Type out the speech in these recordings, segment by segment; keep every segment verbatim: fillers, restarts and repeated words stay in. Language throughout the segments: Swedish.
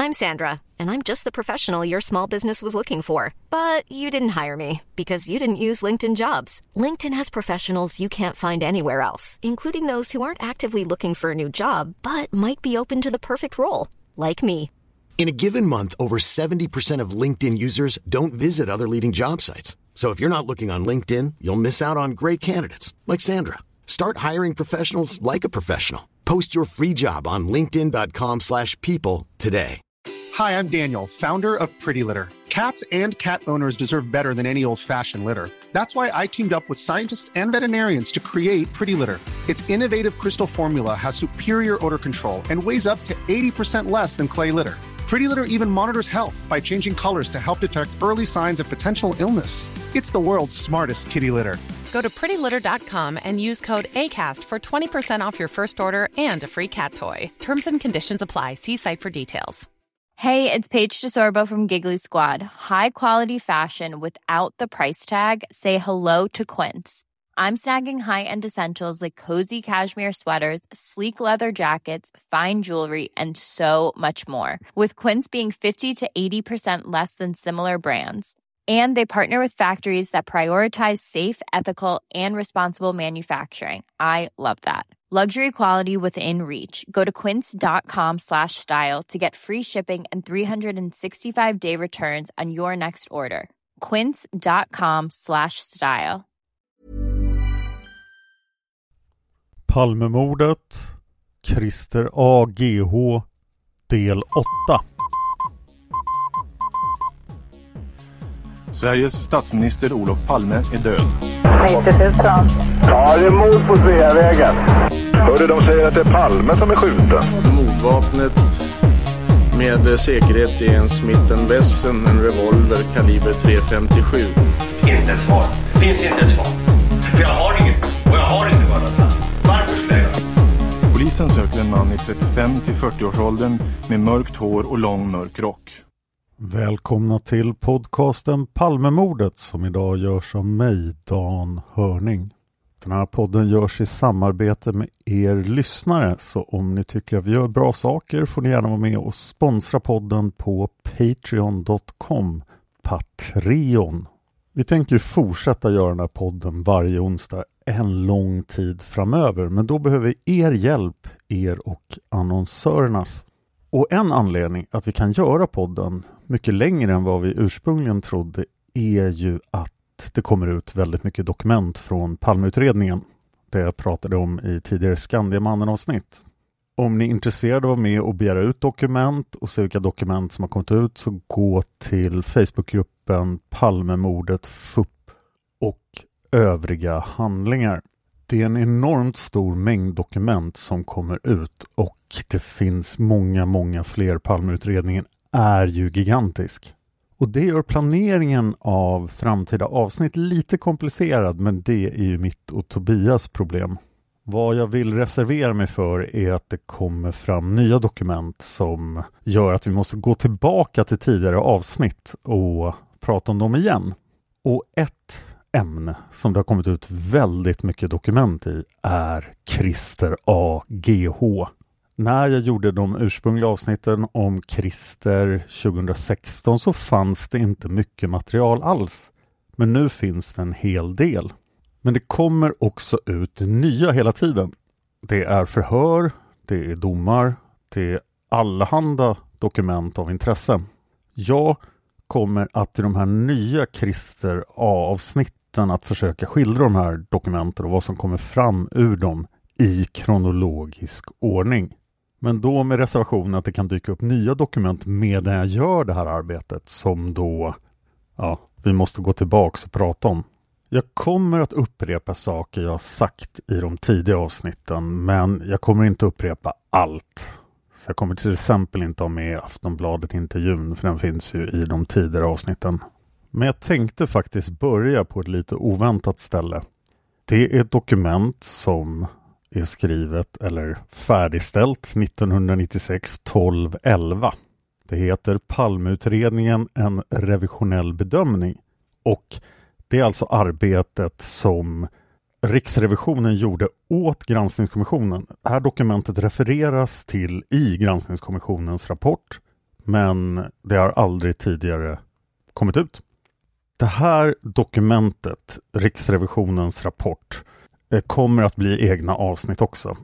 I'm Sandra, and I'm just the professional your small business was looking for. But you didn't hire me because you didn't use LinkedIn Jobs. LinkedIn has professionals you can't find anywhere else, including those who aren't actively looking for a new job, but might be open to the perfect role, like me. In a given month, over seventy percent of LinkedIn users don't visit other leading job sites. So if you're not looking on LinkedIn, you'll miss out on great candidates like Sandra. Start hiring professionals like a professional. Post your free job on linkedin dot com slash people today. Hi, I'm Daniel, founder of Pretty Litter. Cats and cat owners deserve better than any old-fashioned litter. That's why I teamed up with scientists and veterinarians to create Pretty Litter. Its innovative crystal formula has superior odor control and weighs up to eighty percent less than clay litter. Pretty Litter even monitors health by changing colors to help detect early signs of potential illness. It's the world's smartest kitty litter. Go to pretty litter dot com and use code ACAST for twenty percent off your first order and a free cat toy. Terms and conditions apply. See site for details. Hey, it's Paige DeSorbo from Giggly Squad. High quality fashion without the price tag. Say hello to Quince. I'm snagging high-end essentials like cozy cashmere sweaters, sleek leather jackets, fine jewelry, and so much more. With Quince being fifty to eighty percent less than similar brands. And they partner with factories that prioritize safe, ethical, and responsible manufacturing. I love that. Luxury quality within reach. Go to quince dot com slash style to get free shipping and three sixty-five day returns on your next order. quince dot com slash style. Palmemordet, Christer A G H, del åtta. Sveriges statsminister Olof Palme är död. nittio tusen. Ja, det är mord på Sveavägen. Hörde de säger att det är Palme som är skjuten. Mordvapnet med säkerhet är en Smith and Wesson, en revolver kaliber tre femtiosju. Inte ett svar. Det finns inte ett svar. För jag har inget. Och jag har inte varit. Varför skulle jag? Polisen söker en man i trettiofem till fyrtio-årsåldern med mörkt hår och lång mörk rock. Välkomna till podcasten Palmemordet som idag görs av mig, Dan Hörning. Den här podden görs i samarbete med er lyssnare, så om ni tycker att vi gör bra saker får ni gärna vara med och sponsra podden på patreon dot com. Patreon. Vi tänker ju fortsätta göra den här podden varje onsdag en lång tid framöver, men då behöver vi er hjälp, er och annonsörernas. Och en anledning att vi kan göra podden mycket längre än vad vi ursprungligen trodde är ju att det kommer ut väldigt mycket dokument från Palmeutredningen. Det jag pratade om i tidigare Skandiamannen-avsnitt. Om ni är intresserade av att vara med och begära ut dokument och se vilka dokument som har kommit ut, så gå till Facebookgruppen Palmemordet F U P och övriga handlingar. Det är en enormt stor mängd dokument som kommer ut och det finns många, många fler. Palmeutredningen är ju gigantisk. Och det gör planeringen av framtida avsnitt lite komplicerad, men det är ju mitt och Tobias problem. Vad jag vill reservera mig för är att det kommer fram nya dokument som gör att vi måste gå tillbaka till tidigare avsnitt och prata om dem igen. Och ett ämne som det har kommit ut väldigt mycket dokument i är Christer A G H. När jag gjorde de ursprungliga avsnitten om Christer tjugohundrasexton så fanns det inte mycket material alls. Men nu finns det en hel del. Men det kommer också ut nya hela tiden. Det är förhör, det är domar, det är allehanda dokument av intresse. Jag kommer att i de här nya Christer A-avsnitten att försöka skildra de här dokumenten och vad som kommer fram ur dem i kronologisk ordning. Men då med reservationen att det kan dyka upp nya dokument medan jag gör det här arbetet som då ja, vi måste gå tillbaka och prata om. Jag kommer att upprepa saker jag har sagt i de tidiga avsnitten, men jag kommer inte upprepa allt. Så jag kommer till exempel inte ha med Aftonbladet-intervjun, för den finns ju i de tidigare avsnitten. Men jag tänkte faktiskt börja på ett lite oväntat ställe. Det är ett dokument som är skrivet eller färdigställt nittonhundranittiosex tolv elva. Det heter Palmeutredningen, en revisionell bedömning. Och det är alltså arbetet som Riksrevisionen gjorde åt granskningskommissionen. Det här dokumentet refereras till i granskningskommissionens rapport, men det har aldrig tidigare kommit ut. Det här dokumentet, Riksrevisionens rapport, kommer att bli egna avsnitt också.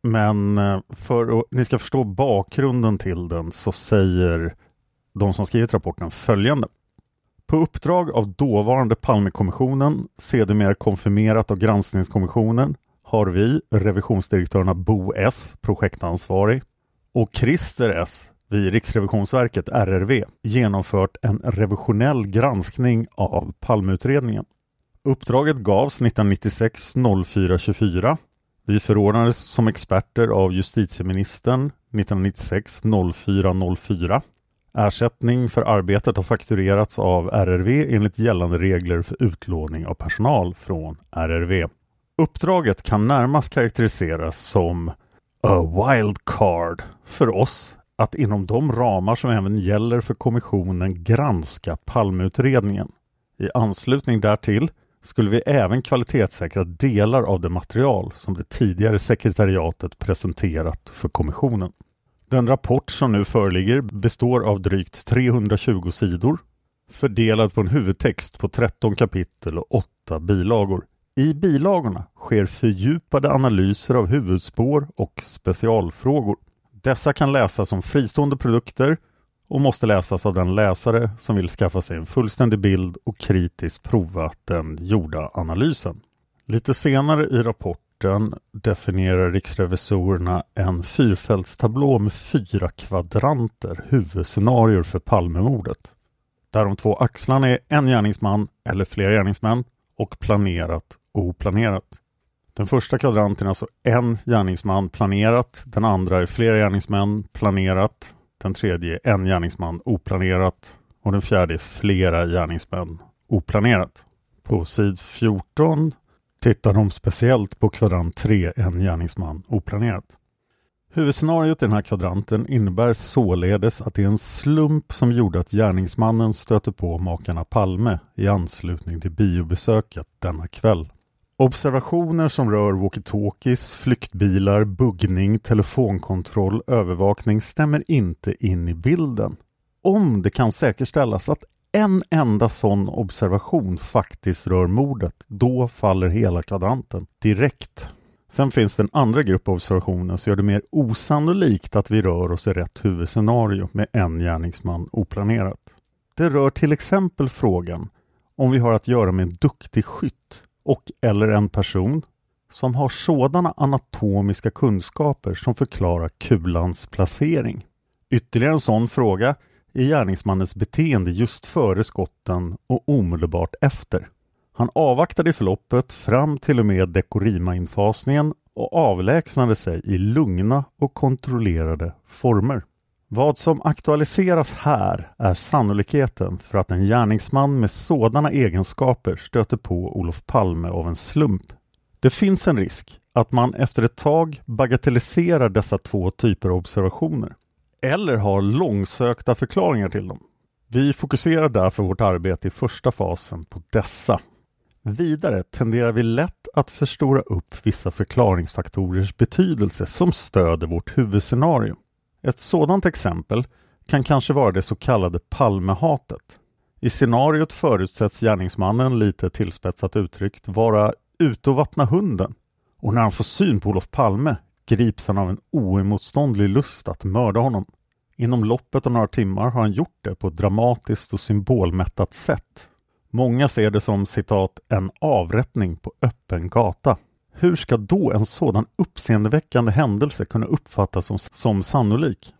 Men för att ni ska förstå bakgrunden till den så säger de som skrivit rapporten följande. På uppdrag av dåvarande Palmekommissionen, sedermera konfirmerat av granskningskommissionen, har vi, revisionsdirektörerna Bo S, projektansvarig, och Christer S vid Riksrevisionsverket R R V genomfört en revisionell granskning av Palmeutredningen. Uppdraget gavs nittonhundranittiosex fyra tjugofyra. Vi förordnades som experter av justitieministern nittonhundranittiosex fyra fyra. Ersättning för arbetet har fakturerats av R R V enligt gällande regler för utlåning av personal från R R V. Uppdraget kan närmast karaktäriseras som a wild card för oss att inom de ramar som även gäller för kommissionen granska Palmeutredningen. I anslutning därtill skulle vi även kvalitetssäkra delar av det material som det tidigare sekretariatet presenterat för kommissionen. Den rapport som nu föreligger består av drygt trehundratjugo sidor, fördelad på en huvudtext på tretton kapitel och åtta bilagor. I bilagorna sker fördjupade analyser av huvudspår och specialfrågor. Dessa kan läsas som fristående produkter och måste läsas av den läsare som vill skaffa sig en fullständig bild och kritiskt prova den gjorda analysen. Lite senare i rapporten definierar riksrevisorerna en fyrfältstablå med fyra kvadranter, huvudscenarier för Palmemordet. Där de två axlarna är en gärningsman eller fler gärningsmän och planerat och oplanerat. Den första kvadranten är alltså en gärningsman planerat, den andra är flera gärningsmän planerat, den tredje är en gärningsman oplanerat och den fjärde är flera gärningsmän oplanerat. På sid fjorton tittar de speciellt på kvadrant tre, en gärningsman oplanerat. Huvudscenariot i den här kvadranten innebär således att det är en slump som gjorde att gärningsmannen stöter på makarna Palme i anslutning till biobesöket denna kväll. Observationer som rör walkie-talkies, flyktbilar, buggning, telefonkontroll, övervakning stämmer inte in i bilden. Om det kan säkerställas att en enda sån observation faktiskt rör mordet, då faller hela kvadranten direkt. Sen finns det en andra grupp observationer som gör det mer osannolikt att vi rör oss i rätt huvudscenario med en gärningsman oplanerat. Det rör till exempel frågan om vi har att göra med en duktig skytt och eller en person som har sådana anatomiska kunskaper som förklarar kulans placering. Ytterligare en sån fråga är gärningsmannens beteende just före skotten och omedelbart efter. Han avvaktade förloppet fram till och med Dekorima-infasningen och avlägsnade sig i lugna och kontrollerade former. Vad som aktualiseras här är sannolikheten för att en gärningsman med sådana egenskaper stöter på Olof Palme av en slump. Det finns en risk att man efter ett tag bagatelliserar dessa två typer av observationer eller har långsökta förklaringar till dem. Vi fokuserar därför vårt arbete i första fasen på dessa. Vidare tenderar vi lätt att förstora upp vissa förklaringsfaktorers betydelse som stöder vårt huvudscenario. Ett sådant exempel kan kanske vara det så kallade Palmehatet. I scenariot förutsätts gärningsmannen, lite tillspetsat uttryckt, vara ute och vattna hunden. Och när han får syn på Olof Palme grips han av en oemotståndlig lust att mörda honom. Inom loppet av några timmar har han gjort det på ett dramatiskt och symbolmättat sätt. Många ser det som, citat, en avrättning på öppen gata. Hur ska då en sådan uppseendeväckande händelse kunna uppfattas som, som sannolik?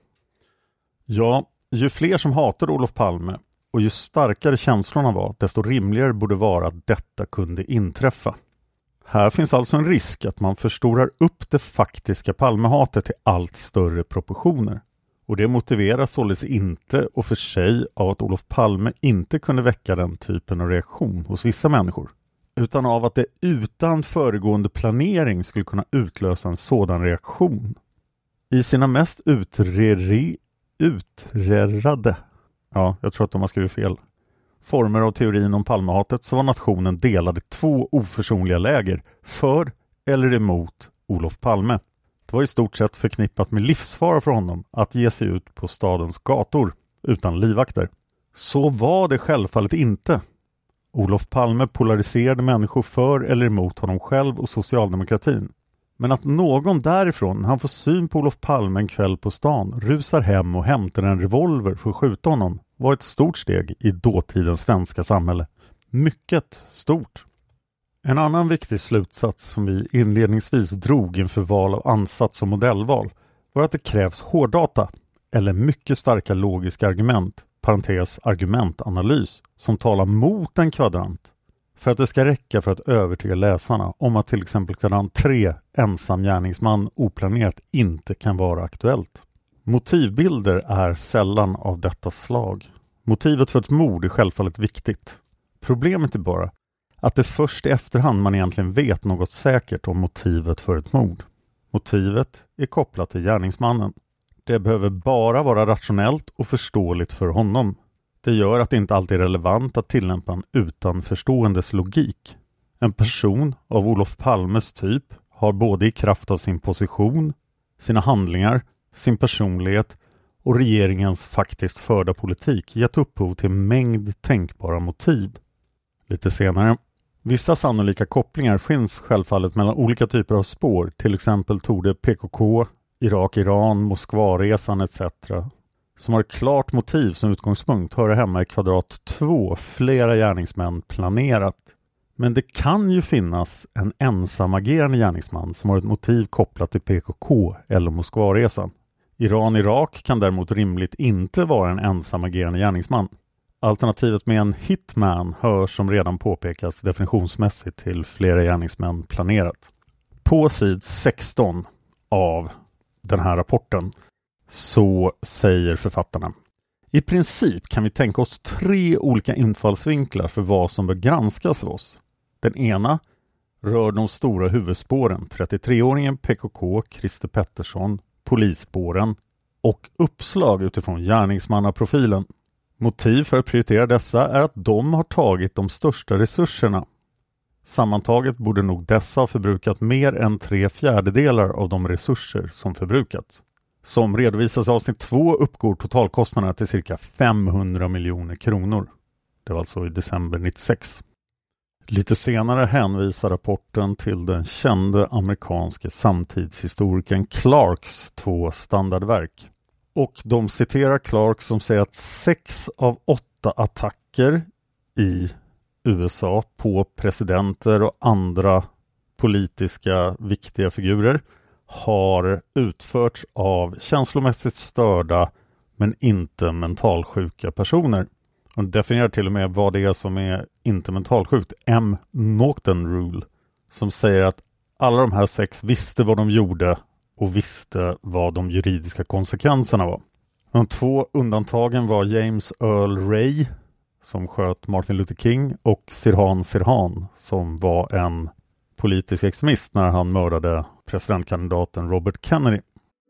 Ja, ju fler som hatar Olof Palme och ju starkare känslorna var, desto rimligare borde vara att detta kunde inträffa. Här finns alltså en risk att man förstorar upp det faktiska Palmehatet till allt större proportioner. Och det motiveras således inte och för sig av att Olof Palme inte kunde väcka den typen av reaktion hos vissa människor, utan av att det utan föregående planering skulle kunna utlösa en sådan reaktion. I sina mest utreri, utrerade, ja, jag tror att de har skrivit fel, former av teorin om Palmehatet så var nationen delad i två oförsonliga läger för eller emot Olof Palme. Det var i stort sett förknippat med livsfara för honom att ge sig ut på stadens gator. utan livvakter. Så var det självfallet inte. Olof Palme polariserade människor för eller emot honom själv och socialdemokratin. Men att någon därifrån, när han får syn på Olof Palme en kväll på stan, rusar hem och hämtar en revolver för att skjuta honom, var ett stort steg i dåtidens svenska samhälle. Mycket stort. En annan viktig slutsats som vi inledningsvis drog inför val av ansats och modellval var att det krävs hårddata eller mycket starka logiska argument, parentes argumentanalys, som talar mot en kvadrant för att det ska räcka för att övertyga läsarna om att till exempel kvadrant tre, ensam gärningsman oplanerat, inte kan vara aktuellt. Motivbilder är sällan av detta slag. Motivet för ett mord är självfallet viktigt. Problemet är bara att det först i efterhand man egentligen vet något säkert om motivet för ett mord. Motivet är kopplat till gärningsmannen. Det behöver bara vara rationellt och förståeligt för honom. Det gör att det inte alltid är relevant att tillämpa en utan förståendes logik. En person av Olof Palmes typ har både i kraft av sin position, sina handlingar, sin personlighet och regeringens faktiskt förda politik gett upphov till en mängd tänkbara motiv. Lite senare. Vissa sannolika kopplingar finns självfallet mellan olika typer av spår, till exempel torde P K K, Irak, Iran, Moskvaresan et cetera som har ett klart motiv som utgångspunkt höra hemma i kvadrat två, flera gärningsmän planerat. Men det kan ju finnas en ensamagerande gärningsman som har ett motiv kopplat till P K K eller Moskvaresan. Iran-Irak kan däremot rimligt inte vara en ensamagerande gärningsman. Alternativet med en hitman hör som redan påpekas definitionsmässigt till flera gärningsmän planerat. På sid sexton av den här rapporten så säger författarna: i princip kan vi tänka oss tre olika infallsvinklar för vad som bör granskas av oss. Den ena rör de stora huvudspåren, trettiotre-åringen P K K, Christer Pettersson, polisspåren och uppslag utifrån gärningsmannaprofilen. Motiv för att prioritera dessa är att de har tagit de största resurserna. Sammantaget borde nog dessa ha förbrukat mer än tre fjärdedelar av de resurser som förbrukats. Som redovisas i avsnitt två uppgår totalkostnaderna till cirka femhundra miljoner kronor. Det var alltså i december nittiosex. Lite senare hänvisar rapporten till den kände amerikanske samtidshistorikern Clarks två standardverk. Och de citerar Clark som säger att sex av åtta attacker i U S A på presidenter och andra politiska viktiga figurer har utförts av känslomässigt störda men inte mentalsjuka personer. Och definierar till och med vad det är som är inte mentalsjukt. M. Norton Rule, som säger att alla de här sex visste vad de gjorde och visste vad de juridiska konsekvenserna var. De två undantagen var James Earl Ray, som sköt Martin Luther King, och Sirhan Sirhan, som var en politisk extremist när han mördade presidentkandidaten Robert Kennedy.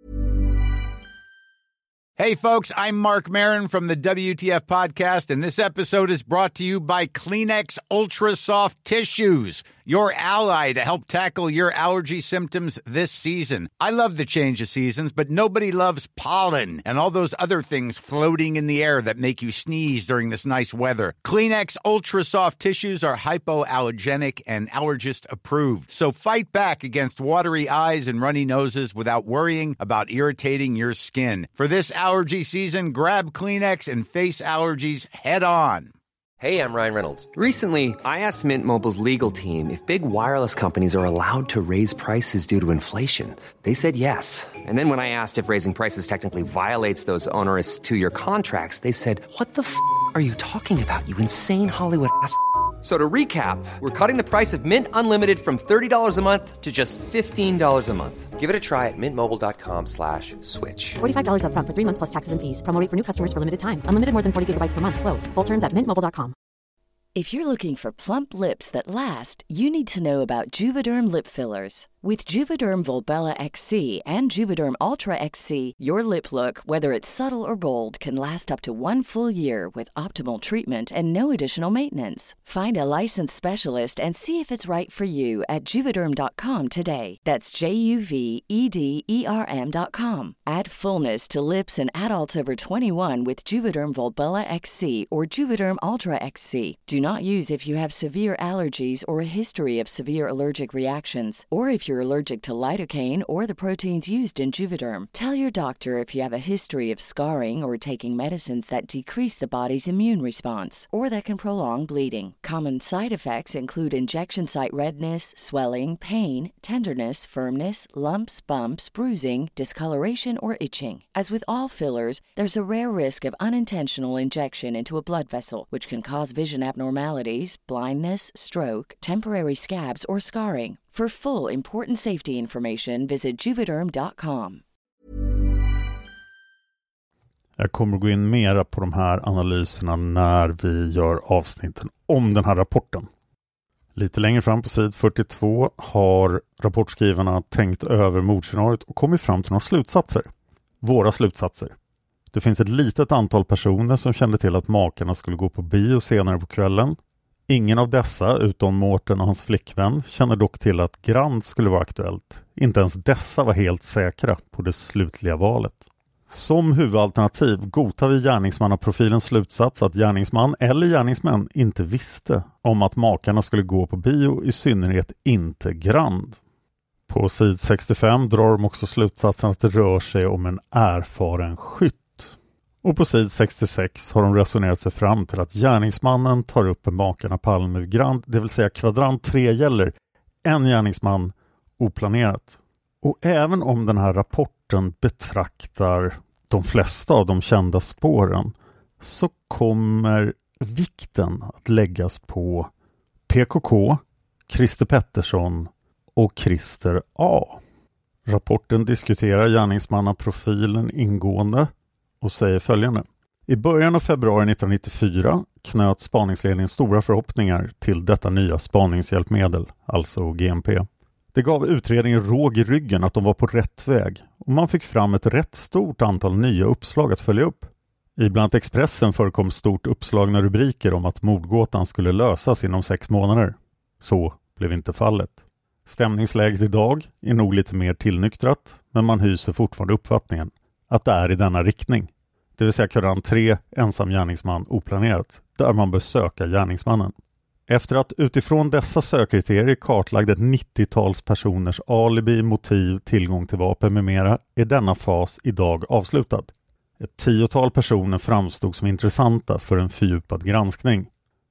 Hey folks, I'm Mark Maron from the W T F podcast, and this episode is brought to you by Kleenex Ultra Soft Tissues, your ally to help tackle your allergy symptoms this season. I love the change of seasons, but nobody loves pollen and all those other things floating in the air that make you sneeze during this nice weather. Kleenex Ultra Soft Tissues are hypoallergenic and allergist approved, so fight back against watery eyes and runny noses without worrying about irritating your skin. For this allergy season, grab Kleenex and face allergies head on. Hey, I'm Ryan Reynolds. Recently, I asked Mint Mobile's legal team if big wireless companies are allowed to raise prices due to inflation. They said yes. And then when I asked if raising prices technically violates those onerous two-year contracts, they said, what the f*** are you talking about, you insane Hollywood ass f- So to recap, we're cutting the price of Mint Unlimited from thirty dollars a month to just fifteen dollars a month. Give it a try at mintmobile.com slash switch. forty-five dollars up front for three months plus taxes and fees. Promo rate for new customers for limited time. Unlimited more than forty gigabytes per month. Slows full terms at mint mobile dot com. If you're looking for plump lips that last, you need to know about Juvederm lip fillers. With Juvederm Volbella X C and Juvederm Ultra X C, your lip look, whether it's subtle or bold, can last up to one full year with optimal treatment and no additional maintenance. Find a licensed specialist and see if it's right for you at juvederm dot com today. That's J U V E D E R M dot com. Add fullness to lips in adults over twenty-one with Juvederm Volbella X C or Juvederm Ultra X C. Do not use if you have severe allergies or a history of severe allergic reactions, or if you're allergic to lidocaine or the proteins used in Juvederm. Tell your doctor if you have a history of scarring or taking medicines that decrease the body's immune response or that can prolong bleeding. Common side effects include injection site redness, swelling, pain, tenderness, firmness, lumps, bumps, bruising, discoloration, or itching. As with all fillers, there's a rare risk of unintentional injection into a blood vessel, which can cause vision abnormalities, blindness, stroke, temporary scabs, or scarring. For full important safety information, visit juvederm dot com. Jag kommer att gå in mera på de här analyserna när vi gör avsnitten om den här rapporten. Lite längre fram på sid fyrtiotvå har rapportskrivarna tänkt över mordscenariot och kommit fram till några slutsatser. Våra slutsatser. Det finns ett litet antal personer som kände till att makarna skulle gå på bio senare på kvällen. Ingen av dessa, utom Mårten och hans flickvän, känner dock till att Grand skulle vara aktuellt. Inte ens dessa var helt säkra på det slutliga valet. Som huvudalternativ godtar vi gärningsmannaprofilens slutsats att gärningsman eller gärningsmän inte visste om att makarna skulle gå på bio, i synnerhet inte Grand. På sid sextiofem drar de också slutsatsen att det rör sig om en erfaren skytt. Och på sid sextiosex har de resonerat sig fram till att gärningsmannen tar upp en makarna Palme vid Grand, det vill säga kvadrant tre gäller en gärningsman oplanerat. Och även om den här rapporten betraktar de flesta av de kända spåren, så kommer vikten att läggas på P K K, Christer Pettersson och Christer A. Rapporten diskuterar gärningsmannaprofilen ingående och säger följande. I början av februari nittonhundranittiofyra knöt spaningsledningen stora förhoppningar till detta nya spaningshjälpmedel, alltså G M P. Det gav utredningen råg i ryggen att de var på rätt väg och man fick fram ett rätt stort antal nya uppslag att följa upp. I bland annat Expressen förekom stort uppslagna rubriker om att mordgåtan skulle lösas inom sex månader. Så blev inte fallet. Stämningsläget idag är nog lite mer tillnyktrat, men man hyser fortfarande uppfattningen att det är i denna riktning. Det vill säga kvadrant tre, ensam gärningsman oplanerat, där man bör söka gärningsmannen. Efter att utifrån dessa sökkriterier kartlagde ett nittio-tals personers alibi, motiv, tillgång till vapen med mera, är denna fas idag avslutad. Ett tiotal personer framstod som intressanta för en fördjupad granskning.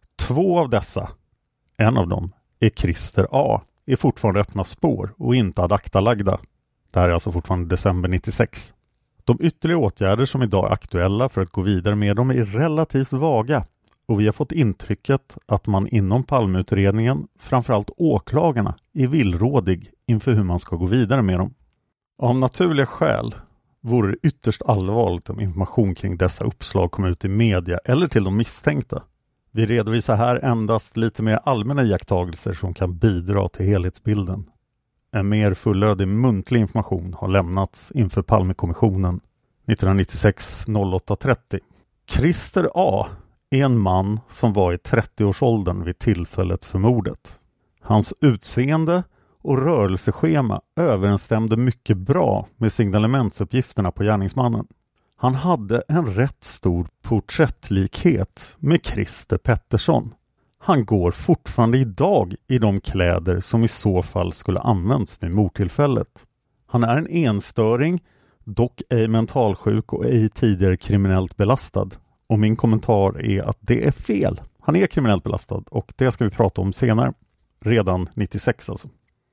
Två av dessa, en av dem, är Christer A, är fortfarande öppna spår och inte ad acta-lagda. Det här är alltså fortfarande december nittiosex. De ytterligare åtgärder som idag är aktuella för att gå vidare med dem är relativt vaga. Och vi har fått intrycket att man inom Palmeutredningen, framförallt åklagarna, är villrådig inför hur man ska gå vidare med dem. Av naturliga skäl vore det ytterst allvarligt om information kring dessa uppslag kom ut i media eller till de misstänkta. Vi redovisar här endast lite mer allmänna iakttagelser som kan bidra till helhetsbilden. En mer fullödig muntlig information har lämnats inför Palmekommissionen nittonhundranittiosex åtta trettio. Christer A är en man som var i trettio-årsåldern vid tillfället för mordet. Hans utseende och rörelseschema överensstämde mycket bra med signalementsuppgifterna på gärningsmannen. Han hade en rätt stor porträttlikhet med Christer Pettersson. Han går fortfarande idag i de kläder som i så fall skulle använts vid mordtillfället. Han är en enstöring, dock ej mentalsjuk och ej tidigare kriminellt belastad. Och min kommentar är att det är fel. Han är kriminellt belastad och det ska vi prata om senare. Redan nittiosex alltså.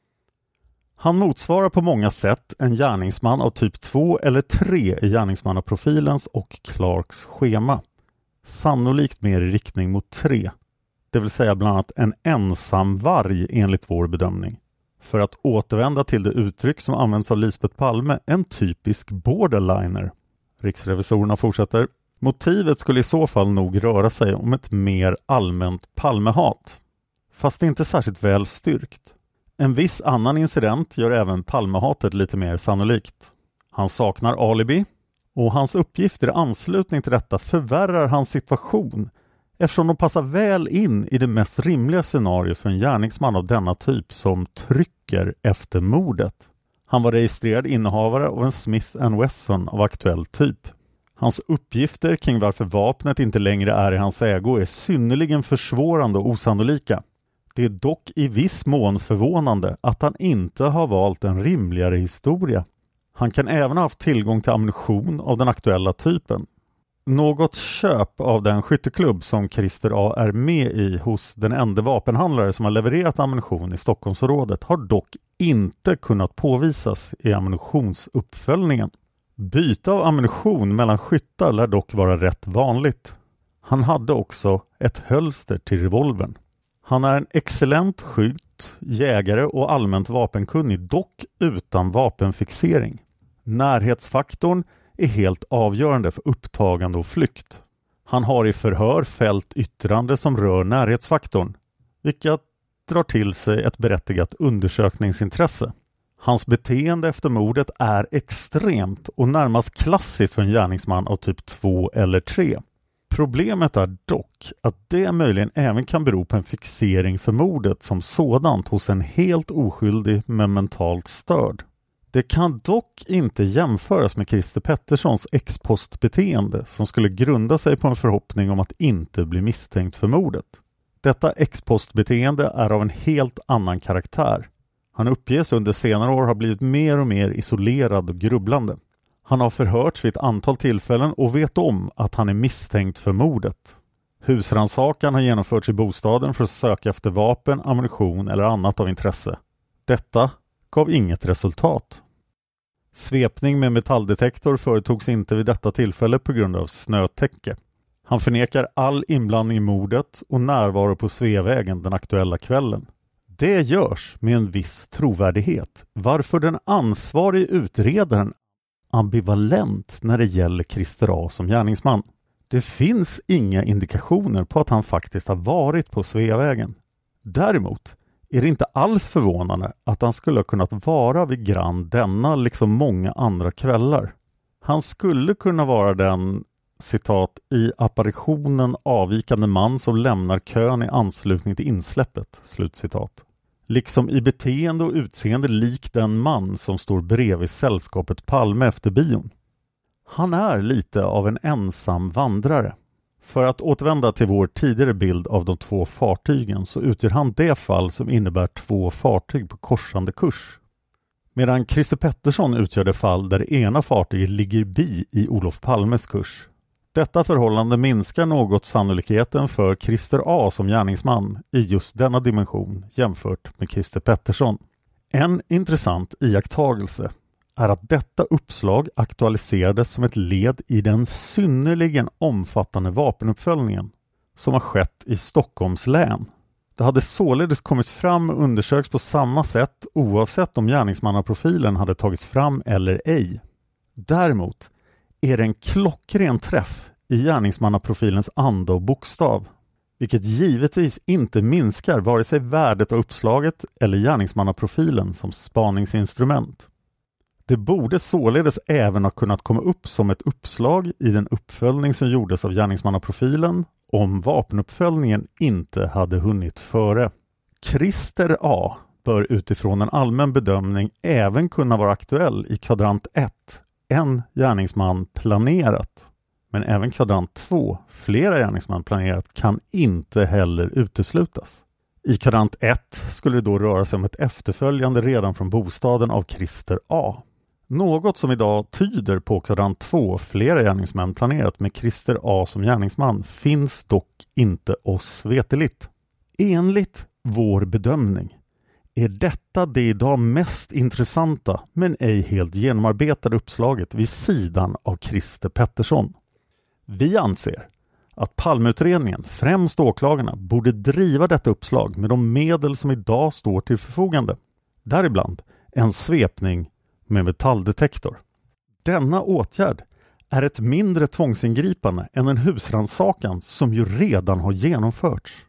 Han motsvarar på många sätt en gärningsman av typ två eller tre i gärningsmannaprofilens och Clarks schema. Sannolikt mer i riktning mot tre. Det vill säga bland annat en ensam varg enligt vår bedömning. För att återvända till det uttryck som används av Lisbeth Palme, en typisk borderliner. Riksrevisorerna fortsätter. Motivet skulle i så fall nog röra sig om ett mer allmänt Palmehat. Fast det är inte särskilt väl styrkt. En viss annan incident gör även Palmehatet lite mer sannolikt. Han saknar alibi och hans uppgifter i anslutning till detta förvärrar hans situation eftersom de passar väl in i det mest rimliga scenariot för en gärningsman av denna typ som trycker efter mordet. Han var registrerad innehavare av en Smith and Wesson av aktuell typ. Hans uppgifter kring varför vapnet inte längre är i hans ägo är synnerligen försvårande och osannolika. Det är dock i viss mån förvånande att han inte har valt en rimligare historia. Han kan även ha haft tillgång till ammunition av den aktuella typen. Något köp av den skytteklubb som Christer A är med i hos den enda vapenhandlare som har levererat ammunition i Stockholmsområdet har dock inte kunnat påvisas i ammunitionsuppföljningen. Byte av ammunition mellan skyttar lär dock vara rätt vanligt. Han hade också ett hölster till revolvern. Han är en excellent skytt, jägare och allmänt vapenkunnig, dock utan vapenfixering. Närhetsfaktorn är helt avgörande för upptagande och flykt. Han har i förhör fällt yttrande som rör närhetsfaktorn, vilket drar till sig ett berättigat undersökningsintresse. Hans beteende efter mordet är extremt och närmast klassiskt för en gärningsman av typ två eller tre. Problemet är dock att det möjligen även kan bero på en fixering för mordet som sådant hos en helt oskyldig men mentalt störd. Det kan dock inte jämföras med Christer Petterssons ex-postbeteende som skulle grunda sig på en förhoppning om att inte bli misstänkt för mordet. Detta ex-postbeteende är av en helt annan karaktär. Han uppges under senare år ha blivit mer och mer isolerad och grubblande. Han har förhörts vid ett antal tillfällen och vet om att han är misstänkt för mordet. Husrannsakan har genomförts i bostaden för att söka efter vapen, ammunition eller annat av intresse. Detta gav inget resultat. Svepning med metalldetektor företogs inte vid detta tillfälle på grund av snötäcke. Han förnekar all inblandning i mordet och närvaro på Sveavägen den aktuella kvällen. Det görs med en viss trovärdighet, varför den ansvarige utredaren ambivalent när det gäller Christer A som gärningsman. Det finns inga indikationer på att han faktiskt har varit på Sveavägen. Däremot är det inte alls förvånande att han skulle ha kunnat vara vid Grand denna liksom många andra kvällar. Han skulle kunna vara den, citat, i apparitionen avvikande man som lämnar kön i anslutning till insläppet, slutcitat. Liksom i beteende och utseende lik den man som står bredvid sällskapet Palme efter bion. Han är lite av en ensam vandrare. För att återvända till vår tidigare bild av de två fartygen så utgör han det fall som innebär två fartyg på korsande kurs. Medan Christer Pettersson utgör det fall där det ena fartyget ligger bi i Olof Palmes kurs. Detta förhållande minskar något sannolikheten för Christer A som gärningsman i just denna dimension jämfört med Christer Pettersson. En intressant iakttagelse är att detta uppslag aktualiserades som ett led i den synnerligen omfattande vapenuppföljningen som har skett i Stockholms län. Det hade således kommit fram och undersöks på samma sätt oavsett om gärningsmannaprofilen hade tagits fram eller ej. Däremot är det en klockren träff i gärningsmannaprofilens anda och bokstav, vilket givetvis inte minskar vare sig värdet av uppslaget eller gärningsmannaprofilen som spaningsinstrument. Det borde således även ha kunnat komma upp som ett uppslag i den uppföljning som gjordes av gärningsmannaprofilen om vapenuppföljningen inte hade hunnit före. Christer A bör utifrån en allmän bedömning även kunna vara aktuell i kvadrant ett, en gärningsman planerat. Men även kvadrant två, flera gärningsman planerat, kan inte heller uteslutas. I kvadrant ett skulle det då röra sig om ett efterföljande redan från bostaden av Christer A. Något som idag tyder på kvadrant två, flera gärningsmän planerat med Christer A som gärningsman, finns dock inte oss veteligt. Enligt vår bedömning är detta det idag mest intressanta men ej helt genomarbetade uppslaget vid sidan av Christer Pettersson. Vi anser att Palmeutredningen, främst åklagarna, borde driva detta uppslag med de medel som idag står till förfogande. Däribland en svepning med metalldetektor. Denna åtgärd är ett mindre tvångsingripande än en husrannsakan som ju redan har genomförts.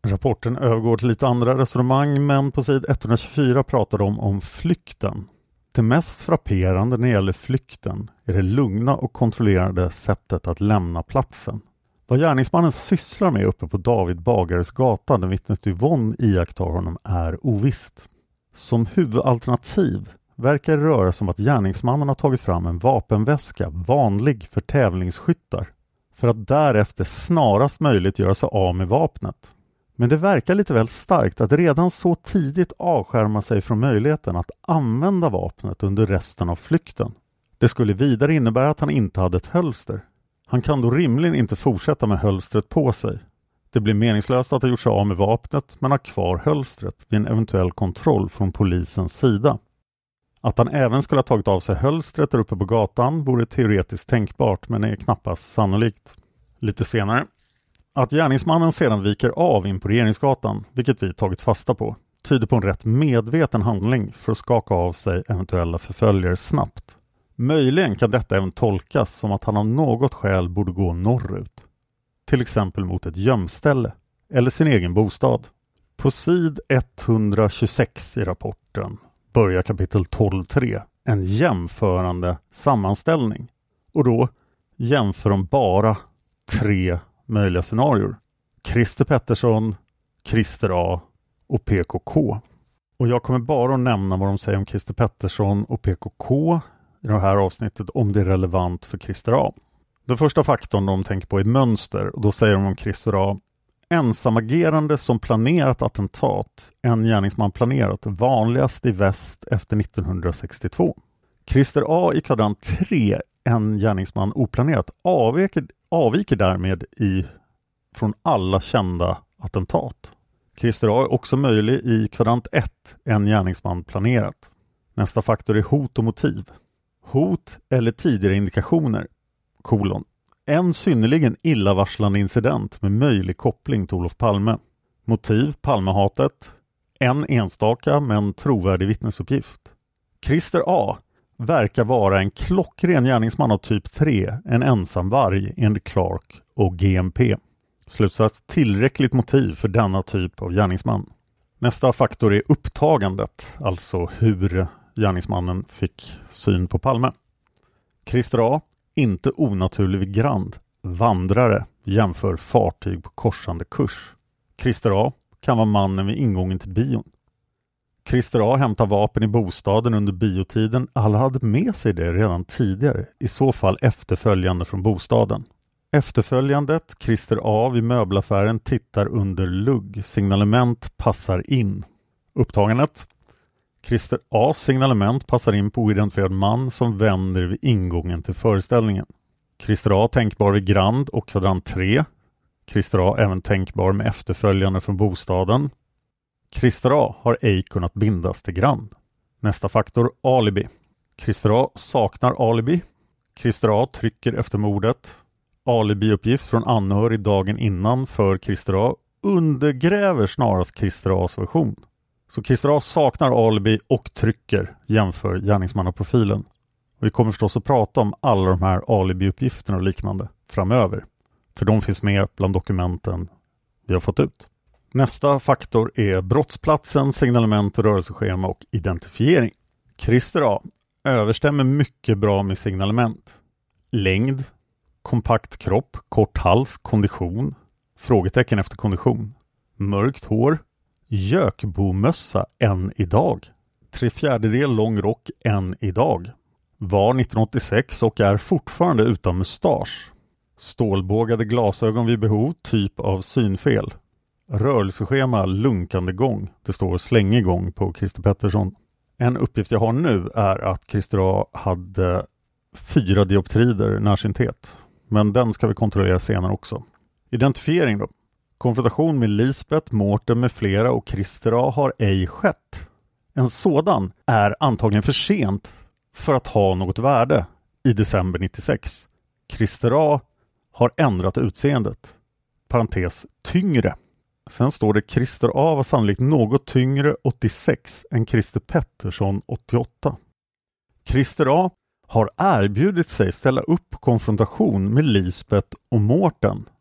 Rapporten övergår till lite andra resonemang, men på sid etthundratjugofyra pratar de om flykten. Det mest frapperande när det gäller flykten är det lugna och kontrollerade sättet att lämna platsen. Vad gärningsmannen sysslar med uppe på David Bagares gata när vittnet Yvonne iakttar honom är ovisst. Som huvudalternativ verkar det röra som att gärningsmannen har tagit fram en vapenväska vanlig för tävlingsskyttar för att därefter snarast möjligt göra sig av med vapnet. Men det verkar lite väl starkt att redan så tidigt avskärma sig från möjligheten att använda vapnet under resten av flykten. Det skulle vidare innebära att han inte hade ett hölster. Han kan då rimligen inte fortsätta med hölstret på sig. Det blir meningslöst att ha gjort sig av med vapnet men ha kvar hölstret vid en eventuell kontroll från polisens sida. Att han även skulle ha tagit av sig hölstret där uppe på gatan vore teoretiskt tänkbart men är knappast sannolikt. Lite senare. Att gärningsmannen sedan viker av in på Regeringsgatan, vilket vi tagit fasta på, tyder på en rätt medveten handling för att skaka av sig eventuella förföljare snabbt. Möjligen kan detta även tolkas som att han av något skäl borde gå norrut. Till exempel mot ett gömställe eller sin egen bostad. På sid etthundratjugosex i rapporten börjar kapitel tolv punkt tre en jämförande sammanställning. Och då jämför de bara tre möjliga scenarier. Christer Pettersson, Christer A och P K K. Och jag kommer bara att nämna vad de säger om Christer Pettersson och P K K i det här avsnittet om det är relevant för Christer A. Den första faktorn de tänker på är mönster och då säger de om Christer A. Ensamagerande som planerat attentat, en gärningsman planerat, vanligast i väst efter nittonhundrasextiotvå. Christer A i kvadrant tre, en gärningsman oplanerat, avviker, avviker därmed i, från alla kända attentat. Christer A är också möjlig i kvadrant ett, en gärningsman planerat. Nästa faktor är hot och motiv. Hot eller tidigare indikationer, kolon. En synnerligen illavarslande incident med möjlig koppling till Olof Palme. Motiv, Palmehatet. En enstaka men trovärdig vittnesuppgift. Christer A verkar vara en klockren gärningsman av typ tre, en ensam varg enligt Clark och G M P. Slutsats, tillräckligt motiv för denna typ av gärningsman. Nästa faktor är upptagandet, alltså hur gärningsmannen fick syn på Palme. Christer A, inte onaturlig vid Grand, vandrare, jämför fartyg på korsande kurs. Christer A kan vara mannen vid ingången till bion. Christer A hämtar vapen i bostaden under biotiden. Alla hade med sig det redan tidigare, i så fall efterföljande från bostaden. Efterföljandet, Christer A vid möbelaffären tittar under lugg, signalement passar in. Upptagandet, Christer A signalement passar in på oidentifierad man som vänder vid ingången till föreställningen. Christer A tänkbar vid Grand och kvadrant tre. Christer A även tänkbar med efterföljande från bostaden. Christer A har ej kunnat bindas till Grand. Nästa faktor, alibi. Christer A saknar alibi. Christer A trycker efter mordet. Alibiuppgift från anhörig dagen innan för Christer A undergräver snarast Christer A's version. Så Christer A saknar alibi och trycker jämför gärningsmannaprofilen. Och vi kommer förstås att prata om alla de här alibiuppgifterna och liknande framöver. För de finns med bland dokumenten vi har fått ut. Nästa faktor är brottsplatsen, signalement, rörelseschema och identifiering. Christer A överstämmer mycket bra med signalement. Längd, kompakt kropp, kort hals, kondition, frågetecken efter kondition, mörkt hår, gökbomössa än idag, tre fjärdedel lång rock än idag, var nittonhundraåttiosex och är fortfarande utan mustasch, stålbågade glasögon vid behov, typ av synfel, rörelseschema lunkande gång, det står slängig gång på Christer Pettersson. En uppgift jag har nu är att Christer A hade fyra dioptrider närsynthet. Men den ska vi kontrollera senare också. Identifiering då. Konfrontation med Lisbeth, Mårten med flera och Christer A har ej skett. En sådan är antagligen för sent för att ha något värde i december nittiosex. Christer A har ändrat utseendet. Parentes tyngre. Sen står det Christer A var sannolikt något tyngre åttiosex än Christer Pettersson åttioåtta. Christer A har erbjudit sig ställa upp konfrontation med Lisbeth och Mårten.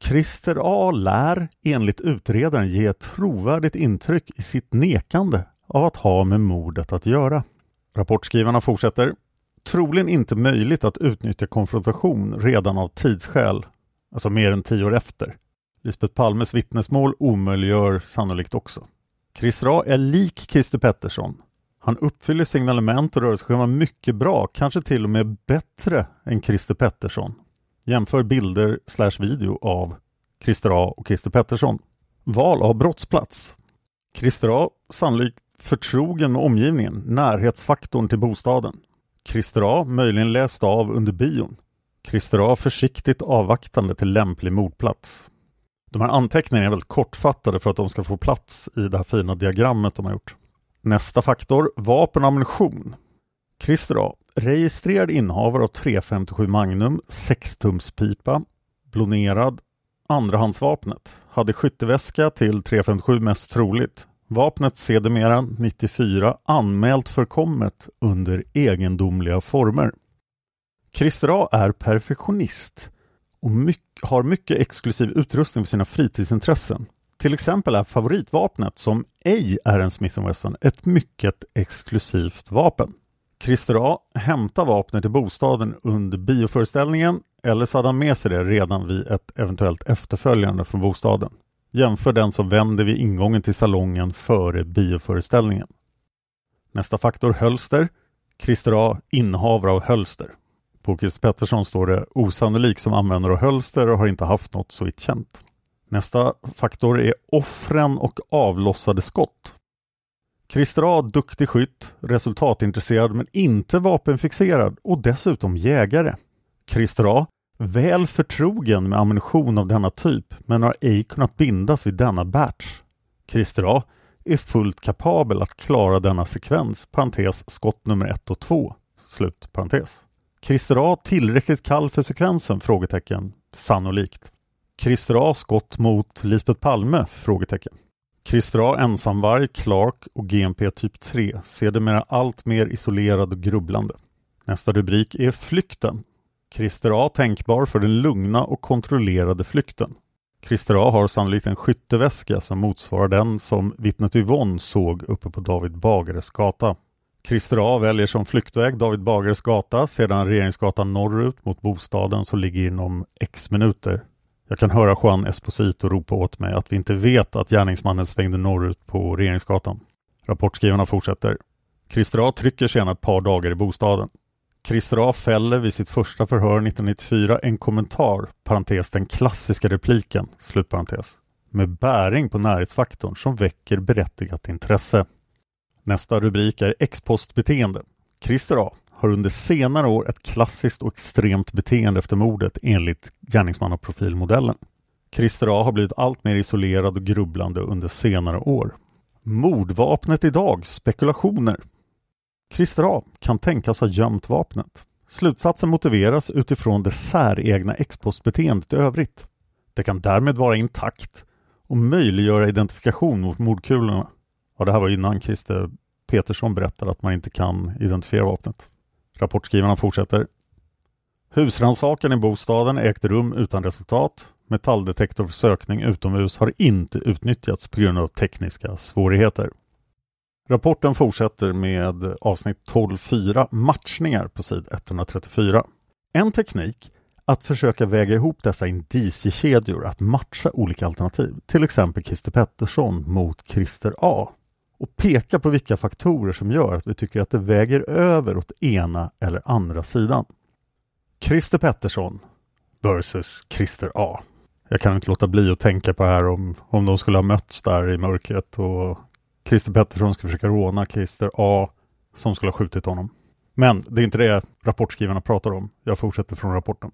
Christer A. lär enligt utredaren ge ett trovärdigt intryck i sitt nekande av att ha med mordet att göra. Rapportskrivarna fortsätter. Troligen inte möjligt att utnyttja konfrontation redan av tidsskäl, alltså mer än tio år efter. Lisbeth Palmes vittnesmål omöjliggör sannolikt också. Christer A. är lik Christer Pettersson. Han uppfyller signalement och rörelseschema mycket bra, kanske till och med bättre än Christer Pettersson. Jämför bilder slash video av Christer A. och Christer Pettersson. Val av brottsplats. Christer A. sannolikt förtrogen med omgivningen, närhetsfaktorn till bostaden. Christer A. möjligen läst av under bion. Christer A. försiktigt avvaktande till lämplig mordplats. De här anteckningarna är väldigt kortfattade för att de ska få plats i det här fina diagrammet de har gjort. Nästa faktor, vapen och ammunition. Christer A. registrerad innehavare av tre femtiosju Magnum, sex tums pipa, blonerad, andrahandsvapnet. Hade skytteväska till tre femtiosju mest troligt. Vapnet sedermera nittiofyra anmält förkommet under egendomliga former. Christer A. är perfektionist och mycket, har mycket exklusiv utrustning för sina fritidsintressen. Till exempel är favoritvapnet, som ej är en Smith and Wesson, ett mycket exklusivt vapen. Christer A. hämtar vapnet i bostaden under bioföreställningen, eller så hade han med sig det redan vid ett eventuellt efterföljande från bostaden. Jämför den som vänder vid ingången till salongen före bioföreställningen. Nästa faktor, hölster. Christer A. innehavare av hölster. På Christer Pettersson står det osannolik som användare av hölster och har inte haft något så vitt känt. Nästa faktor är offren och avlossade skott. Christer A. duktig skytt, resultatintresserad men inte vapenfixerad och dessutom jägare. Christer A. väl förtrogen med ammunition av denna typ men har ej kunnat bindas vid denna batch. Christer A. är fullt kapabel att klara denna sekvens, parentes skott nummer ett och två, slut parentes. Christer A. tillräckligt kall för sekvensen, frågetecken, sannolikt. Christer A. skott mot Lisbeth Palme, frågetecken. Christer A. ensamvarg, Clark och G M P typ tre, ser det mer allt mer isolerad och grubblande. Nästa rubrik är flykten. Christer A. tänkbar för den lugna och kontrollerade flykten. Christer A. har sannolikt en skytteväska som motsvarar den som vittnet Yvonne såg uppe på David Bagares gata. Christer A. väljer som flyktväg David Bagares gata, sedan Regeringsgatan norrut mot bostaden som ligger inom x minuter. Jag kan höra Juan Esposito ropa åt mig att vi inte vet att gärningsmannen svängde norrut på Regeringsgatan. Rapportskrivarna fortsätter. Christer A. trycker sedan ett par dagar i bostaden. Christer A. fäller vid sitt första förhör nittonhundranittiofyra en kommentar, parentes den klassiska repliken, slutparentes, med bäring på närhetsfaktorn som väcker berättigat intresse. Nästa rubrik är ex-postbeteende. Christer A. har under senare år ett klassiskt och extremt beteende efter mordet enligt gärningsmannaprofilmodellen. Christer A. har blivit allt mer isolerad och grubblande under senare år. Mordvapnet idag, spekulationer. Christer A. kan tänkas ha gömt vapnet. Slutsatsen motiveras utifrån det säregna ex-postbeteendet i övrigt. Det kan därmed vara intakt och möjliggöra identifikation mot mordkulorna. Ja, det här var innan Christer Pettersson berättade att man inte kan identifiera vapnet. Rapportskrivarna fortsätter. Husrannsakan i bostaden ägde rum utan resultat. Metalldetektor för sökning utomhus har inte utnyttjats på grund av tekniska svårigheter. Rapporten fortsätter med avsnitt tolv fyra matchningar på sid etthundratrettiofyra. En teknik att försöka väga ihop dessa indiciekedjor att matcha olika alternativ, till exempel Christer Pettersson mot Christer A. och peka på vilka faktorer som gör att vi tycker att det väger över åt ena eller andra sidan. Christer Pettersson versus Christer A. Jag kan inte låta bli att tänka på här om, om de skulle ha mötts där i mörkret och Christer Pettersson ska försöka råna Christer A. som skulle ha skjutit honom. Men det är inte det rapportskrivarna pratar om. Jag fortsätter från rapporten.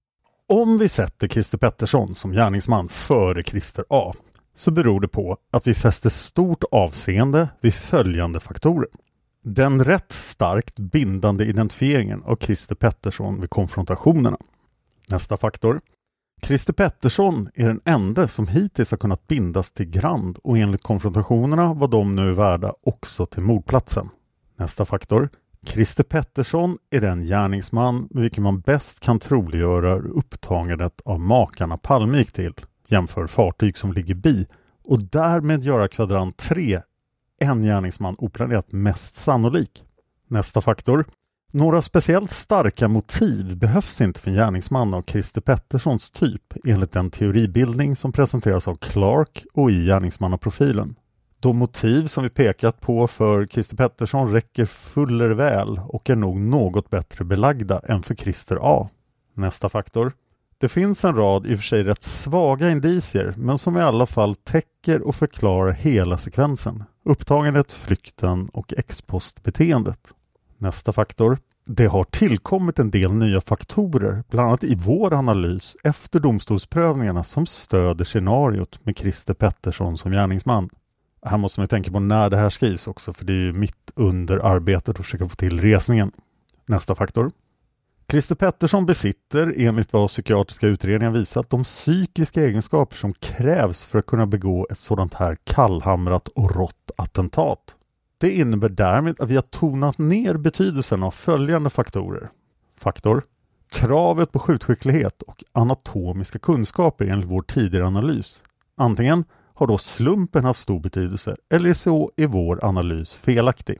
Om vi sätter Christer Pettersson som gärningsman före Christer A. så beror det på att vi fäster stort avseende vid följande faktorer. Den rätt starkt bindande identifieringen av Christer Pettersson vid konfrontationerna. Nästa faktor. Christer Pettersson är den enda som hittills har kunnat bindas till Grand och enligt konfrontationerna var de nu värda också till mordplatsen. Nästa faktor. Christer Pettersson är den gärningsman med vilken man bäst kan troliggöra upptagandet av makarna Palme gick till, jämför fartyg som ligger bi, och därmed göra kvadrant tre, en gärningsman oplanerat, mest sannolik. Nästa faktor. Några speciellt starka motiv behövs inte för en gärningsman av Christer Petterssons typ enligt den teoribildning som presenteras av Clark och i gärningsmannaprofilen. De motiv som vi pekat på för Christer Pettersson räcker fuller väl och är nog något bättre belagda än för Christer A. Nästa faktor. Det finns en rad i och för sig rätt svaga indicier men som i alla fall täcker och förklarar hela sekvensen. Upptagandet, flykten och expostbeteendet. Nästa faktor. Det har tillkommit en del nya faktorer, bland annat i vår analys efter domstolsprövningarna som stöder scenariot med Christer Pettersson som gärningsman. Här måste man tänka på när det här skrivs också, för det är ju mitt under arbetet att försöka få till resningen. Nästa faktor. Christer Pettersson besitter, enligt vad psykiatriska utredningar visat, de psykiska egenskaper som krävs för att kunna begå ett sådant här kallhamrat och rått attentat. Det innebär därmed att vi har tonat ner betydelsen av följande faktorer. Faktor. Kravet på skjutskicklighet och anatomiska kunskaper enligt vår tidigare analys. Antingen har då slumpen haft stor betydelse eller så är vår analys felaktig.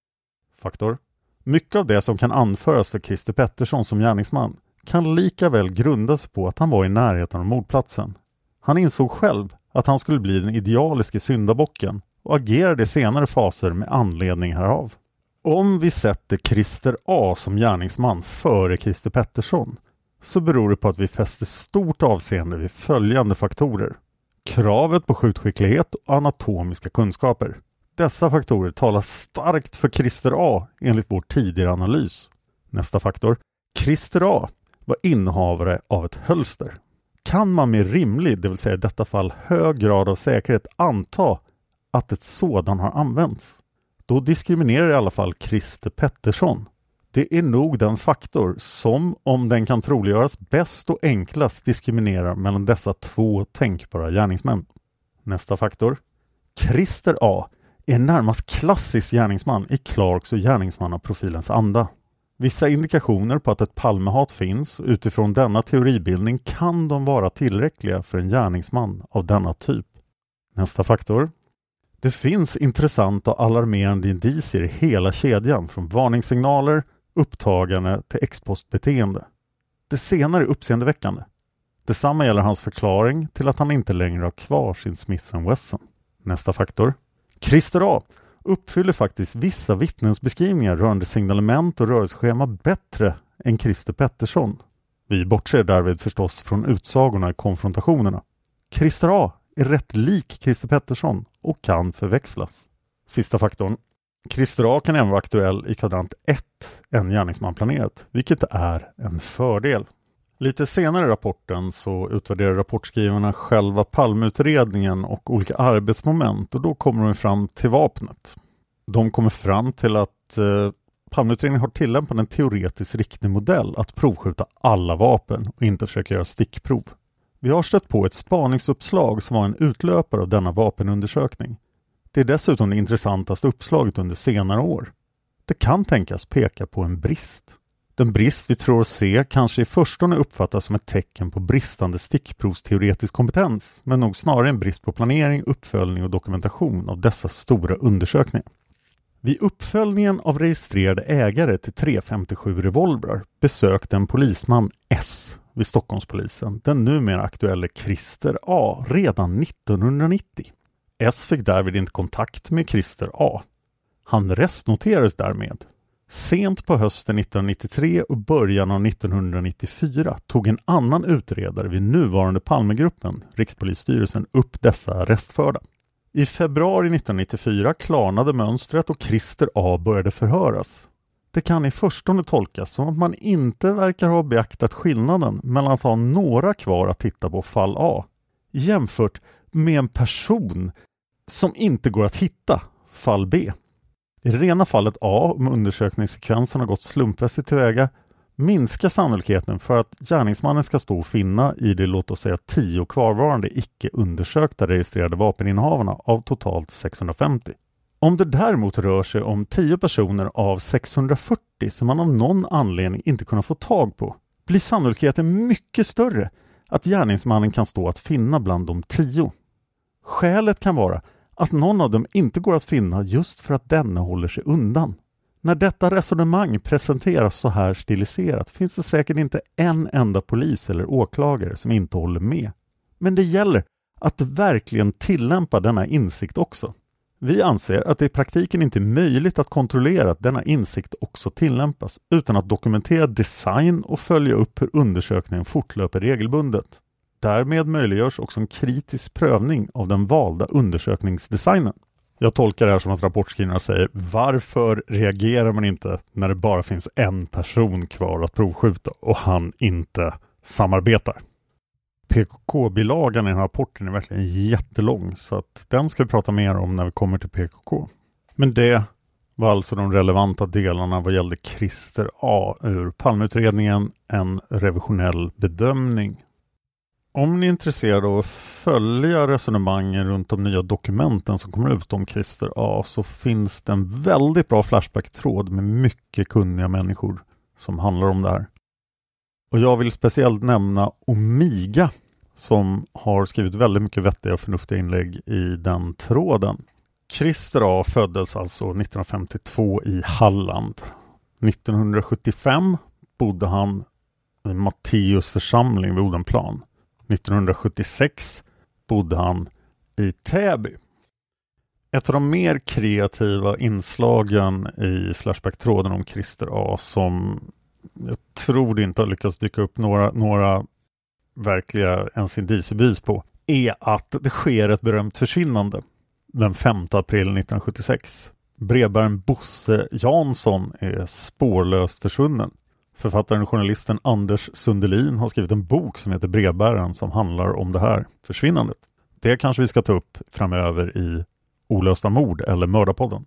Faktor. Mycket av det som kan anföras för Christer Pettersson som gärningsman kan lika väl grunda sig på att han var i närheten av mordplatsen. Han insåg själv att han skulle bli den idealiska syndabocken och agerade i senare faser med anledning härav. Om vi sätter Christer A som gärningsman före Christer Pettersson så beror det på att vi fäster stort avseende vid följande faktorer. Kravet på skjutskicklighet och anatomiska kunskaper. Dessa faktorer talar starkt för Christer A enligt vår tidigare analys. Nästa faktor. Christer A var innehavare av ett hölster. Kan man med rimlig, det vill säga i detta fall hög grad av säkerhet, anta att ett sådan har använts? Då diskriminerar i alla fall Christer Pettersson. Det är nog den faktor som, om den kan troliggöras, bäst och enklast diskriminerar mellan dessa två tänkbara gärningsmän. Nästa faktor. Christer A är närmast klassisk gärningsman i Clarks och gärningsmannaprofilens anda. Vissa indikationer på att ett Palmehat finns utifrån denna teoribildning kan de vara tillräckliga för en gärningsman av denna typ. Nästa faktor. Det finns intressanta och alarmerande indicier i hela kedjan från varningssignaler, upptagande till expostbeteende. Det senare är uppseendeväckande. Detsamma gäller hans förklaring till att han inte längre har kvar sin Smith and Wesson. Nästa faktor. Christer A uppfyller faktiskt vissa vittnensbeskrivningar rörande signalement och rörelseschema bättre än Christer Pettersson. Vi bortser därvid förstås från utsagorna i konfrontationerna. Christer A är rätt lik Christer Pettersson och kan förväxlas. Sista faktorn. Christer A kan även vara aktuell i kvadrant ett än gärningsman planerat, vilket är en fördel. Lite senare i rapporten så utvärderar rapportskrivarna själva Palmeutredningen och olika arbetsmoment, och då kommer de fram till vapnet. De kommer fram till att eh, Palmeutredningen har tillämpat en teoretiskt riktig modell att provskjuta alla vapen och inte försöka göra stickprov. Vi har stött på ett spaningsuppslag som var en utlöpare av denna vapenundersökning. Det är dessutom det intressantaste uppslaget under senare år. Det kan tänkas peka på en brist. Den brist vi tror oss se kanske i förstone uppfattas som ett tecken på bristande stickprovsteoretisk kompetens, men nog snarare en brist på planering, uppföljning och dokumentation av dessa stora undersökningar. Vid uppföljningen av registrerade ägare till tre femtiosju revolvrar besökte en polisman S vid Stockholmspolisen den numera aktuella Christer A redan nittonhundranittio. S fick därvid inte kontakt med Christer A. Han restnoterades därmed. Sent på hösten nittonhundranittiotre och början av nittonhundranittiofyra tog en annan utredare vid nuvarande Palmegruppen, Rikspolisstyrelsen, upp dessa arrestförda. I februari nittonhundranittiofyra klarnade mönstret och Christer A började förhöras. Det kan i förstone tolkas som att man inte verkar ha beaktat skillnaden mellan att ha några kvar att titta på fall A jämfört med en person som inte går att hitta, fall B. I det rena fallet A, om undersökningssekvensen har gått slumpmässigt tillväga, minskar sannolikheten för att gärningsmannen ska stå och finna i det, låt oss säga, tio kvarvarande icke undersökta registrerade vapeninnehavarna av totalt sexhundrafemtio. Om det däremot rör sig om tio personer av sexhundrafyrtio som man av någon anledning inte kunnat få tag på, blir sannolikheten mycket större att gärningsmannen kan stå att finna bland de tio. Skälet kan vara att någon av dem inte går att finna just för att denne håller sig undan. När detta resonemang presenteras så här stiliserat finns det säkert inte en enda polis eller åklagare som inte håller med. Men det gäller att verkligen tillämpa denna insikt också. Vi anser att det i praktiken inte är möjligt att kontrollera att denna insikt också tillämpas utan att dokumentera design och följa upp hur undersökningen fortlöper regelbundet. Därmed möjliggörs också en kritisk prövning av den valda undersökningsdesignen. Jag tolkar det här som att rapportskrivarna säger: varför reagerar man inte när det bara finns en person kvar att provskjuta och han inte samarbetar? P K K-bilagan i den här rapporten är verkligen jättelång, så att den ska vi prata mer om när vi kommer till P K K. Men det var alltså de relevanta delarna vad gällde Christer A. ur Palmeutredningen, en revisionell bedömning. Om ni är intresserade av att följa resonemangen runt de nya dokumenten som kommer ut om Christer A. så finns det en väldigt bra Flashback-tråd med mycket kunniga människor som handlar om det här. Och jag vill speciellt nämna Omiga som har skrivit väldigt mycket vettiga och förnuftiga inlägg i den tråden. Christer A. föddes alltså nittonhundrafemtiotvå i Halland. nittonhundrasjuttiofem bodde han i Matteus församling vid Odenplan. nittonhundrasjuttiosex bodde han i Täby. Ett av de mer kreativa inslagen i Flashback-tråden om Christer A. som jag tror det inte har lyckats dyka upp några, några verkliga ens indiciebevis på, är att det sker ett berömt försvinnande den femte april nittonhundrasjuttiosex. Brevbäraren Bosse Jansson är spårlöst försvunnen. Författaren och journalisten Anders Sundelin har skrivit en bok som heter Brevbäraren som handlar om det här försvinnandet. Det kanske vi ska ta upp framöver i Olösta mord eller Mördarpodden.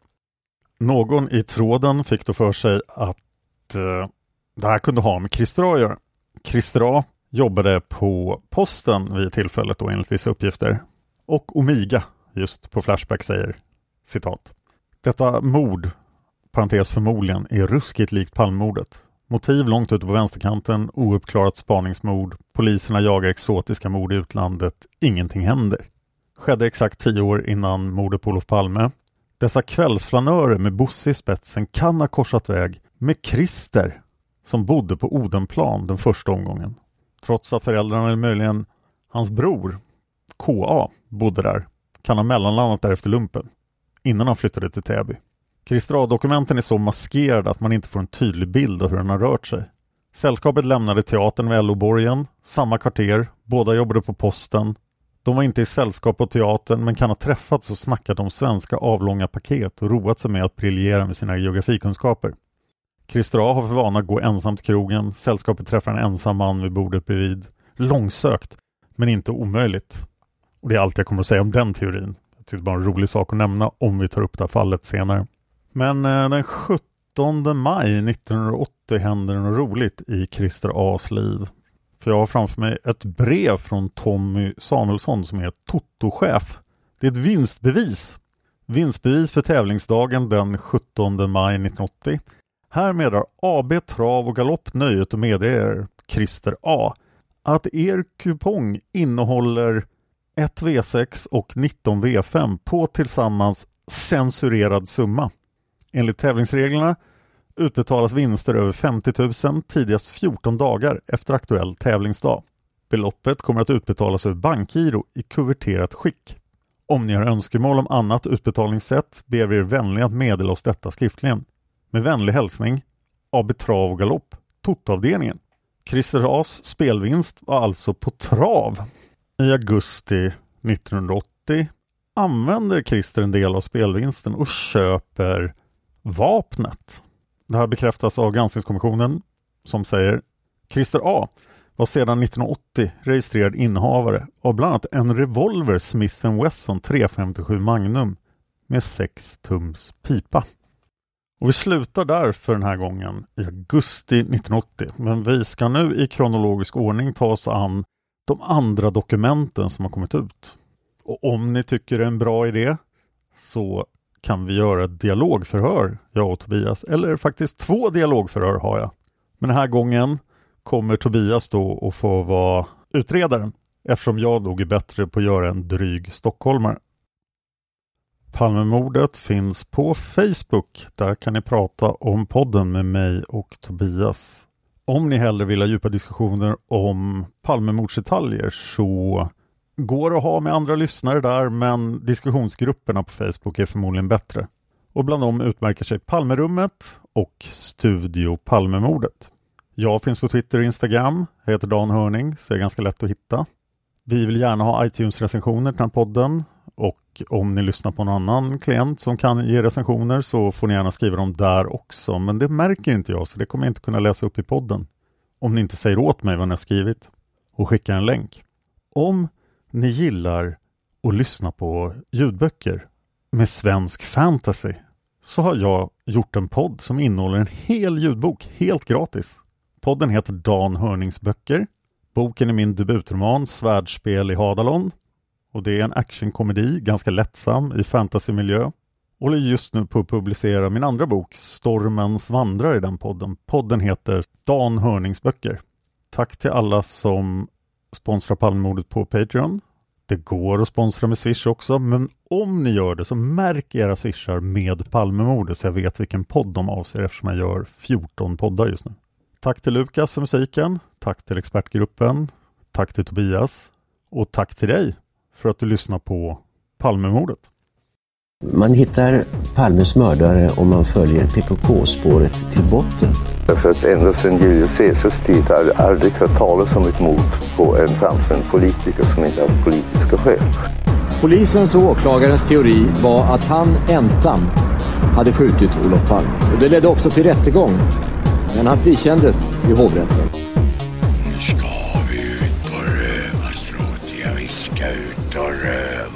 Någon i tråden fick då för sig att eh, det här kunde ha med Christer A. att göra. Christer A. jobbade på posten vid tillfället då enligt vissa uppgifter. Och Omiga just på Flashback säger, citat: detta mord, parentes förmodligen, är ruskigt likt Palmemordet. Motiv långt ute på vänsterkanten, ouppklarat spaningsmord, poliserna jagar exotiska mord i utlandet, ingenting händer. Skedde exakt tio år innan mordet på Olof Palme. Dessa kvällsflanörer med Bosse i spetsen kan ha korsat väg med Christer som bodde på Odenplan den första omgången. Trots att föräldrarna eller möjligen hans bror K A bodde där, kan ha mellanlandat där efter lumpen innan han flyttade till Täby. Christer A-dokumenten är så maskerade att man inte får en tydlig bild av hur den har rört sig. Sällskapet lämnade teatern vid L O-borgen, samma kvarter, båda jobbade på posten. De var inte i sällskap på teatern men kan ha träffats och snackat om svenska avlånga paket och roat sig med att briljera med sina geografikunskaper. Christer A har för vana att gå ensam till krogen, sällskapet träffar en ensam man vid bordet bredvid. Långsökt, men inte omöjligt. Och det är allt jag kommer att säga om den teorin. Jag tycker det är bara en rolig sak att nämna om vi tar upp det här fallet senare. Men eh, den sjuttonde maj nittonhundraåttio händer något roligt i Christer A's liv. För jag har framför mig ett brev från Tommy Samuelsson som är Toto-chef. Det är ett vinstbevis. Vinstbevis för tävlingsdagen den sjuttonde maj nittonhundraåttio. Härmed har A B Trav och Galopp nöjet att meddela Christer A att er kupong innehåller ett V sex och nitton V fem på tillsammans censurerad summa. Enligt tävlingsreglerna utbetalas vinster över femtio tusen tidigast fjorton dagar efter aktuell tävlingsdag. Beloppet kommer att utbetalas över bankgiro i kuverterat skick. Om ni har önskemål om annat utbetalningssätt ber vi er vänligen att meddela oss detta skriftligen. Med vänlig hälsning, A B Trav och Galopp, Toto-avdelningen. Christer A's spelvinst var alltså på trav. I augusti nittonhundraåttio använder Christer en del av spelvinsten och köper vapnet. Det här bekräftas av granskningskommissionen som säger Christer A var sedan nittonhundraåttio registrerad innehavare av bland annat en revolver Smith and Wesson tre femtiosju Magnum med sex tums pipa. Och vi slutar där för den här gången i augusti nittonhundraåttio. Men vi ska nu i kronologisk ordning ta oss an de andra dokumenten som har kommit ut. Och om ni tycker det är en bra idé så kan vi göra ett dialogförhör, jag och Tobias. Eller faktiskt två dialogförhör har jag. Men den här gången kommer Tobias då att få vara utredaren. Eftersom jag nog är bättre på att göra en dryg stockholmare. Palmemordet finns på Facebook. Där kan ni prata om podden med mig och Tobias. Om ni hellre vill ha djupa diskussioner om Palmemordsdetaljer så går det att ha med andra lyssnare där, men diskussionsgrupperna på Facebook är förmodligen bättre. Och bland dem utmärker sig Palmerummet och Studio Palmemordet. Jag finns på Twitter och Instagram. Jag heter Dan Hörning, så är ganska lätt att hitta. Vi vill gärna ha iTunes-recensioner till den här podden. Och om ni lyssnar på någon annan klient som kan ge recensioner så får ni gärna skriva dem där också. Men det märker inte jag, så det kommer jag inte kunna läsa upp i podden. Om ni inte säger åt mig vad ni har skrivit. Och skickar en länk. Om ni gillar att lyssna på ljudböcker med svensk fantasy så har jag gjort en podd som innehåller en hel ljudbok helt gratis. Podden heter Dan Hörnings böcker. Boken är min debutroman Svärdspel i Hadalon. Och det är en actionkomedi, ganska lättsam i fantasymiljö. Och håller just nu på att publicera min andra bok, Stormens vandrare, i den podden. Podden heter Dan Hörnings böcker. Tack till alla som sponsrar Palmemordet på Patreon. Det går att sponsra med Swish också, men om ni gör det så märk era swishar med Palmemordet så jag vet vilken podd de avser eftersom jag gör fjorton poddar just nu. Tack till Lukas för musiken, tack till expertgruppen, tack till Tobias och tack till dig för att du lyssnar på Palmemordet. Man hittar Palmes mördare om man följer P K K-spåret till botten. För att ända sedan Julius Caesars tid har det aldrig hört talas om ett mord på en framstående politiker som inte har politiska skäl. Polisens och åklagarens teori var att han ensam hade skjutit Olof Palme. Och det ledde också till rättegång. Men han frikändes i hovrätten. Nu ska vi ut och röva, Stråt. Vi ska ut och röva.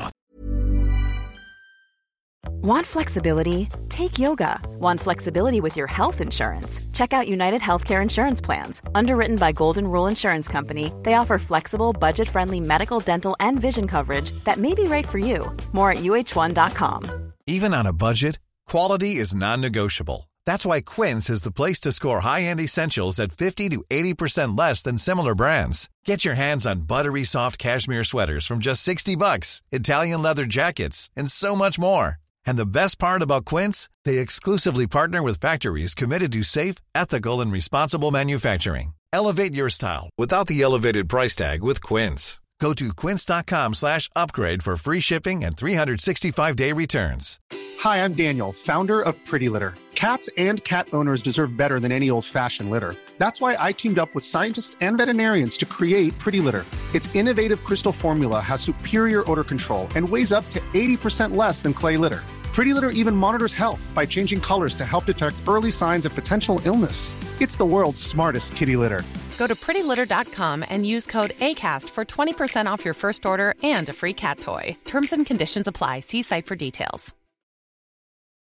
Want flexibility? Take yoga. Want flexibility with your health insurance? Check out United Healthcare Insurance Plans. Underwritten by Golden Rule Insurance Company, they offer flexible, budget-friendly medical, dental, and vision coverage that may be right for you. More at U H one dot com. Even on a budget, quality is non-negotiable. That's why Quince is the place to score high-end essentials at fifty to eighty percent less than similar brands. Get your hands on buttery soft cashmere sweaters from just sixty bucks, Italian leather jackets, and so much more. And the best part about Quince, they exclusively partner with factories committed to safe, ethical, and responsible manufacturing. Elevate your style without the elevated price tag with Quince. Go to quince.com slash upgrade for free shipping and three sixty-five day returns. Hi, I'm Daniel, founder of Pretty Litter. Cats and cat owners deserve better than any old-fashioned litter. That's why I teamed up with scientists and veterinarians to create Pretty Litter. Its innovative crystal formula has superior odor control and weighs up to eighty percent less than clay litter. Pretty Litter even monitors health by changing colors to help detect early signs of potential illness. It's the world's smartest kitty litter. Go to pretty litter dot com and use code ACAST for twenty percent off your first order and a free cat toy. Terms and conditions apply. See site for details.